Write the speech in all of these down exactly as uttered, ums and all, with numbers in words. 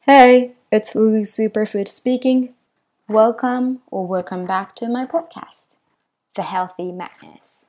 Hey, it's Lily Superfood speaking. Welcome or welcome back to my podcast, The Healthy Madness.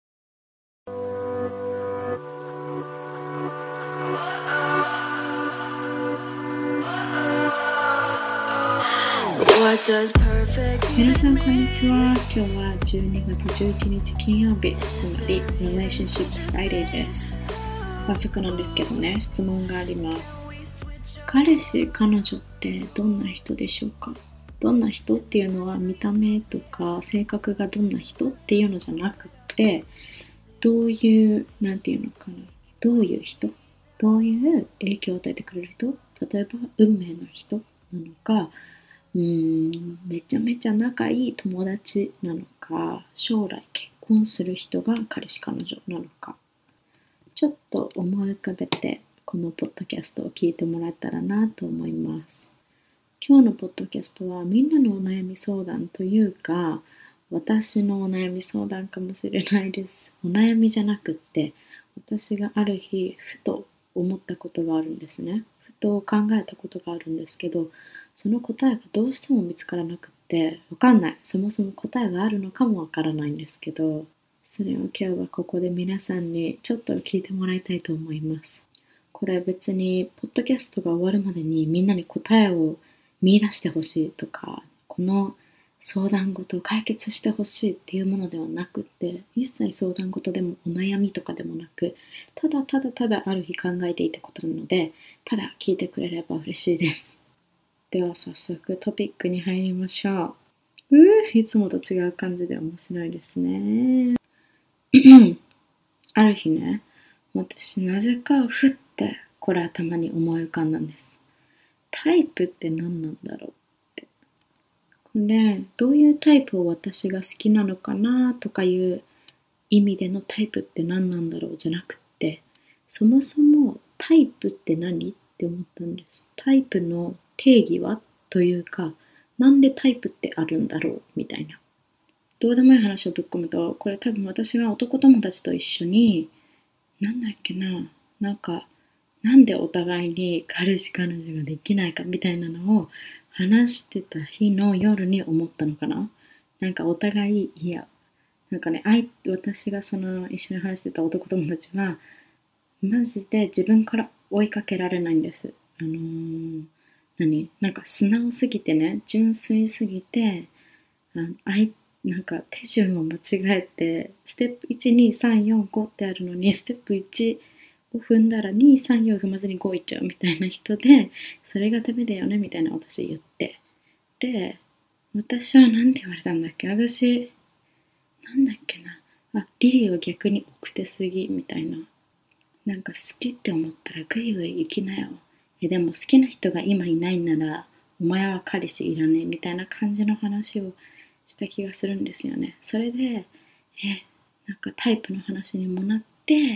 皆さんこんにちは。今日はじゅうにがつじゅういちにち金曜日、つまり Relationship Friday です。早速なんですけどね、質問があります。彼氏、彼女ってどんな人でしょうか？どんな人っていうのは見た目とか性格がどんな人っていうのじゃなくて、どういう、なんていうのかな、どういう人、どういう影響を与えてくれる人、例えば運命の人なのか、うーんめちゃめちゃ仲いい友達なのか、将来結婚する人が彼氏彼女なのか、ちょっと思い浮かべてこのポッドキャストを聞いてもらえたらなと思います。今日のポッドキャストはみんなのお悩み相談というか、私のお悩み相談かもしれないです。お悩みじゃなくって、私がある日ふと思ったことがあるんですね。ふと考えたことがあるんですけど、その答えがどうしても見つからなくって、わかんない。そもそも答えがあるのかもわからないんですけど、それを今日はここで皆さんにちょっと聞いてもらいたいと思います。これ別にポッドキャストが終わるまでにみんなに答えを見出してほしいとか、この相談事を解決してほしいっていうものではなくて、一切相談事でもお悩みとかでもなく、ただただただある日考えていたことなので、ただ聞いてくれれば嬉しいです。では早速トピックに入りましょう。うーいつもと違う感じで面白いですね。ある日ね、私なぜかふってこれ頭に思い浮かんだんです。タイプって何なんだろうって。これどういうタイプを私が好きなのかなとかいう意味でのタイプって何なんだろうじゃなくって、そもそもタイプって何って思ったんです。タイプの定義はというか、なんでタイプってあるんだろうみたいな。どうでもいい話をぶっ込むと、これ多分私が男友達と一緒に、なんだっけな、なんか、なんでお互いに彼氏彼女ができないかみたいなのを話してた日の夜に思ったのかな。なんかお互い、いや、なんかね、あい私がその一緒に話してた男友達は、マジで自分から追いかけられないんです。あのー、何なんか素直すぎてね、純粋すぎて、ああいなんか手順を間違えて、ステップいち、に、さん、よん、ごってあるのに、ステップいちを踏んだらに、さん、よん踏まずにごいっちゃうみたいな人で、それがダメだよねみたいな私言って。で、私は何て言われたんだっけ私、なんだっけな。あ、リリーは逆に奥手すぎみたいな。なんか好きって思ったらグイグイ行きなよ。え、でも好きな人が今いないなら、お前は彼氏いらねえみたいな感じの話をした気がするんですよね。それで、え、なんかタイプの話にもなって、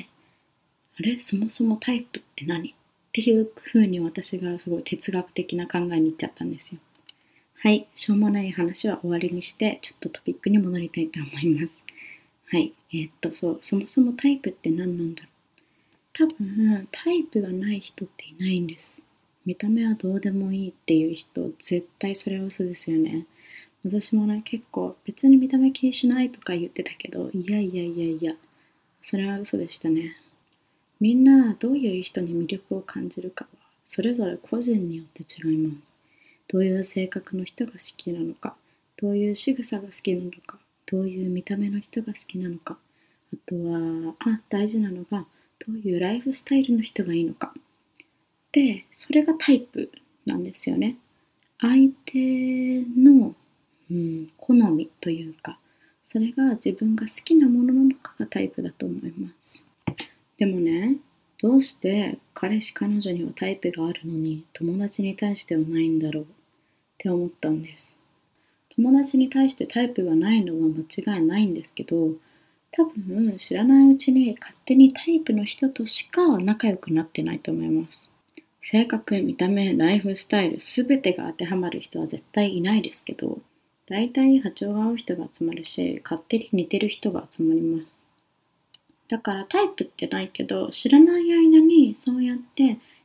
あれそもそもタイプって何っていう風に私がすごい哲学的な考えに行っちゃったんですよ。はい、しょうもない話は終わりにして、ちょっとトピックに戻りたいと思います。はい、えー、っと、そう、そもそもタイプって何なんだろう。多分、タイプがない人っていないんです。見た目はどうでもいいっていう人、絶対それは嘘ですよね。私もね、結構別に見た目気にしないとか言ってたけど、いやいやいやいや、それは嘘でしたね。みんなどういう人に魅力を感じるかは、それぞれ個人によって違います。どういう性格の人が好きなのか、どういう仕草が好きなのか、どういう見た目の人が好きなのか、あとは、あ、大事なのが、どういうライフスタイルの人がいいのか。で、それがタイプなんですよね。相手の、うん、好みというか、それが自分が好きなものなのかがタイプだと思います。でもね、どうして彼氏彼女にはタイプがあるのに友達に対してはないんだろうって思ったんです。友達に対してタイプがないのは間違いないんですけど、多分知らないうちに勝手にタイプの人としか仲良くなってないと思います。性格、見た目、ライフスタイル、すべてが当てはまる人は絶対いないですけど、大体波長が合う人が集まるし、勝手に似てる人が集まります。だからタイプってないけど、知らない間にそうやって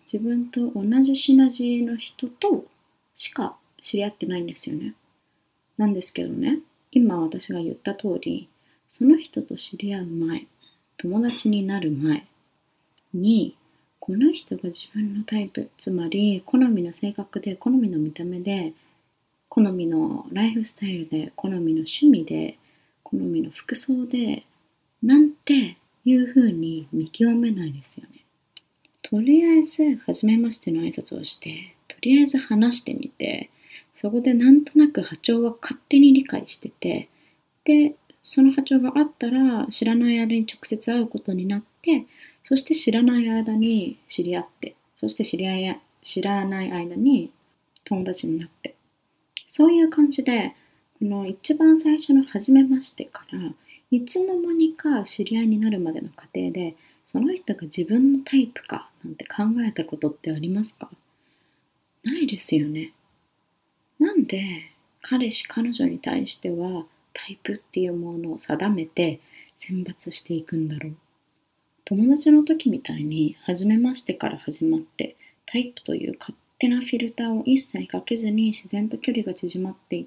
自分と同じシナジーの人としか知り合ってないんですよね。なんですけどね、今私が言った通り、その人と知り合う前、友達になる前に、この人が自分のタイプ、つまり好みの性格で、好みの見た目で、好みのライフスタイルで、好みの趣味で、好みの服装で、なんていう風に見極めないですよね。とりあえず初めましての挨拶をして、とりあえず話してみて、そこでなんとなく波長は勝手に理解してて、でその波長があったら知らない間に直接会うことになって、そして知らない間に知り合って、そして知り合い知らない間に友達になって、そういう感じで、この一番最初の初めましてからいつの間にか知り合いになるまでの過程で、その人が自分のタイプかなんて考えたことってありますか？ないですよね。なんで彼氏彼女に対してはタイプっていうものを定めて選抜していくんだろう。友達の時みたいに初めましてから始まって、タイプという勝手なフィルターを一切かけずに自然と距離が縮まっていって、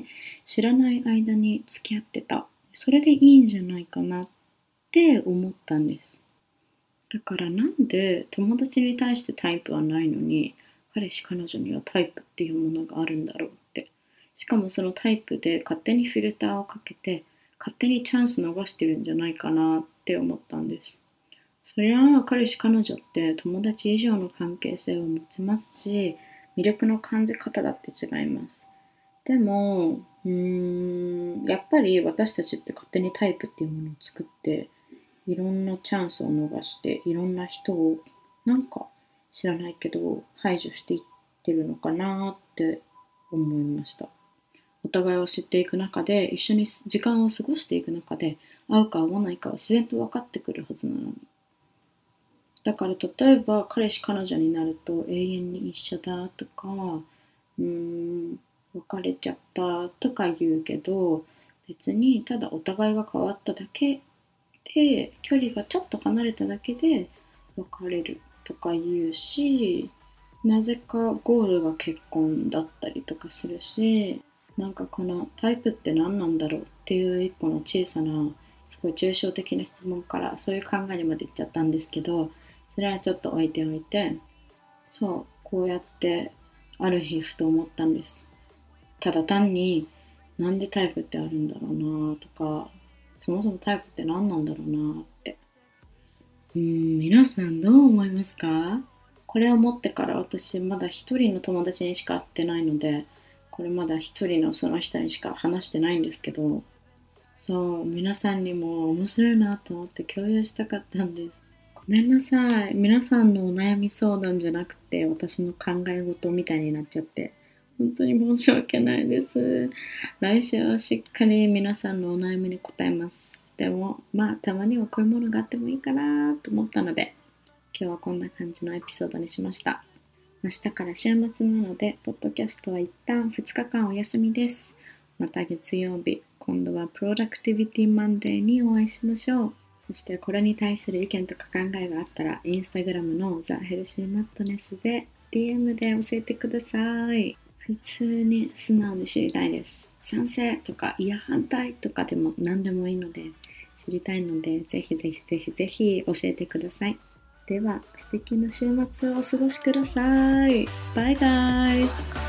知らない間に付き合ってた。それでいいんじゃないかなって思ったんです。だからなんで友達に対してタイプはないのに、彼氏彼女にはタイプっていうものがあるんだろうって。しかもそのタイプで勝手にフィルターをかけて、勝手にチャンス逃してるんじゃないかなって思ったんです。そりゃあ彼氏彼女って友達以上の関係性を持ちますし、魅力の感じ方だって違います。でもうーんやっぱり私たちって勝手にタイプっていうものを作って、いろんなチャンスを逃して、いろんな人をなんか知らないけど排除していってるのかなって思いました。お互いを知っていく中で、一緒に時間を過ごしていく中で、合うか合わないかは自然と分かってくるはずなのに。だから例えば彼氏彼女になると永遠に一緒だとか、うーん別れちゃったとか言うけど、別にただお互いが変わっただけで、距離がちょっと離れただけで別れるとか言うし、なぜかゴールが結婚だったりとかするし、なんかこのタイプって何なんだろうっていう一個の小さなすごい抽象的な質問からそういう考えにまでいっちゃったんですけど、それはちょっと置いておいて、そうこうやってある日ふと思ったんです。ただ単になんでタイプってあるんだろうなとか、そもそもタイプって何なんだろうなって。うーん皆さんどう思いますか？これを持ってから私まだ一人の友達にしか会ってないので、これまだ一人のその人にしか話してないんですけど、そう皆さんにも面白いなと思って共有したかったんです。ごめんなさい、皆さんのお悩み相談じゃなくて私の考え事みたいになっちゃって本当に申し訳ないです。来週はしっかり皆さんのお悩みに答えます。でもまあたまにはこういうものがあってもいいかなと思ったので、今日はこんな感じのエピソードにしました。明日から週末なので、ポッドキャストは一旦ふつかかんお休みです。また月曜日、今度はプロダクティビティマンデーにお会いしましょう。そしてこれに対する意見とか考えがあったら、インスタグラムのザ・ヘルシーマットネスで ディーエム で教えてください。普通に素直に知りたいです。賛成とかいや反対とかでも何でもいいので、知りたいので、ぜひぜひぜひぜひ教えてください。では素敵な週末をお過ごしください。バイガイズ。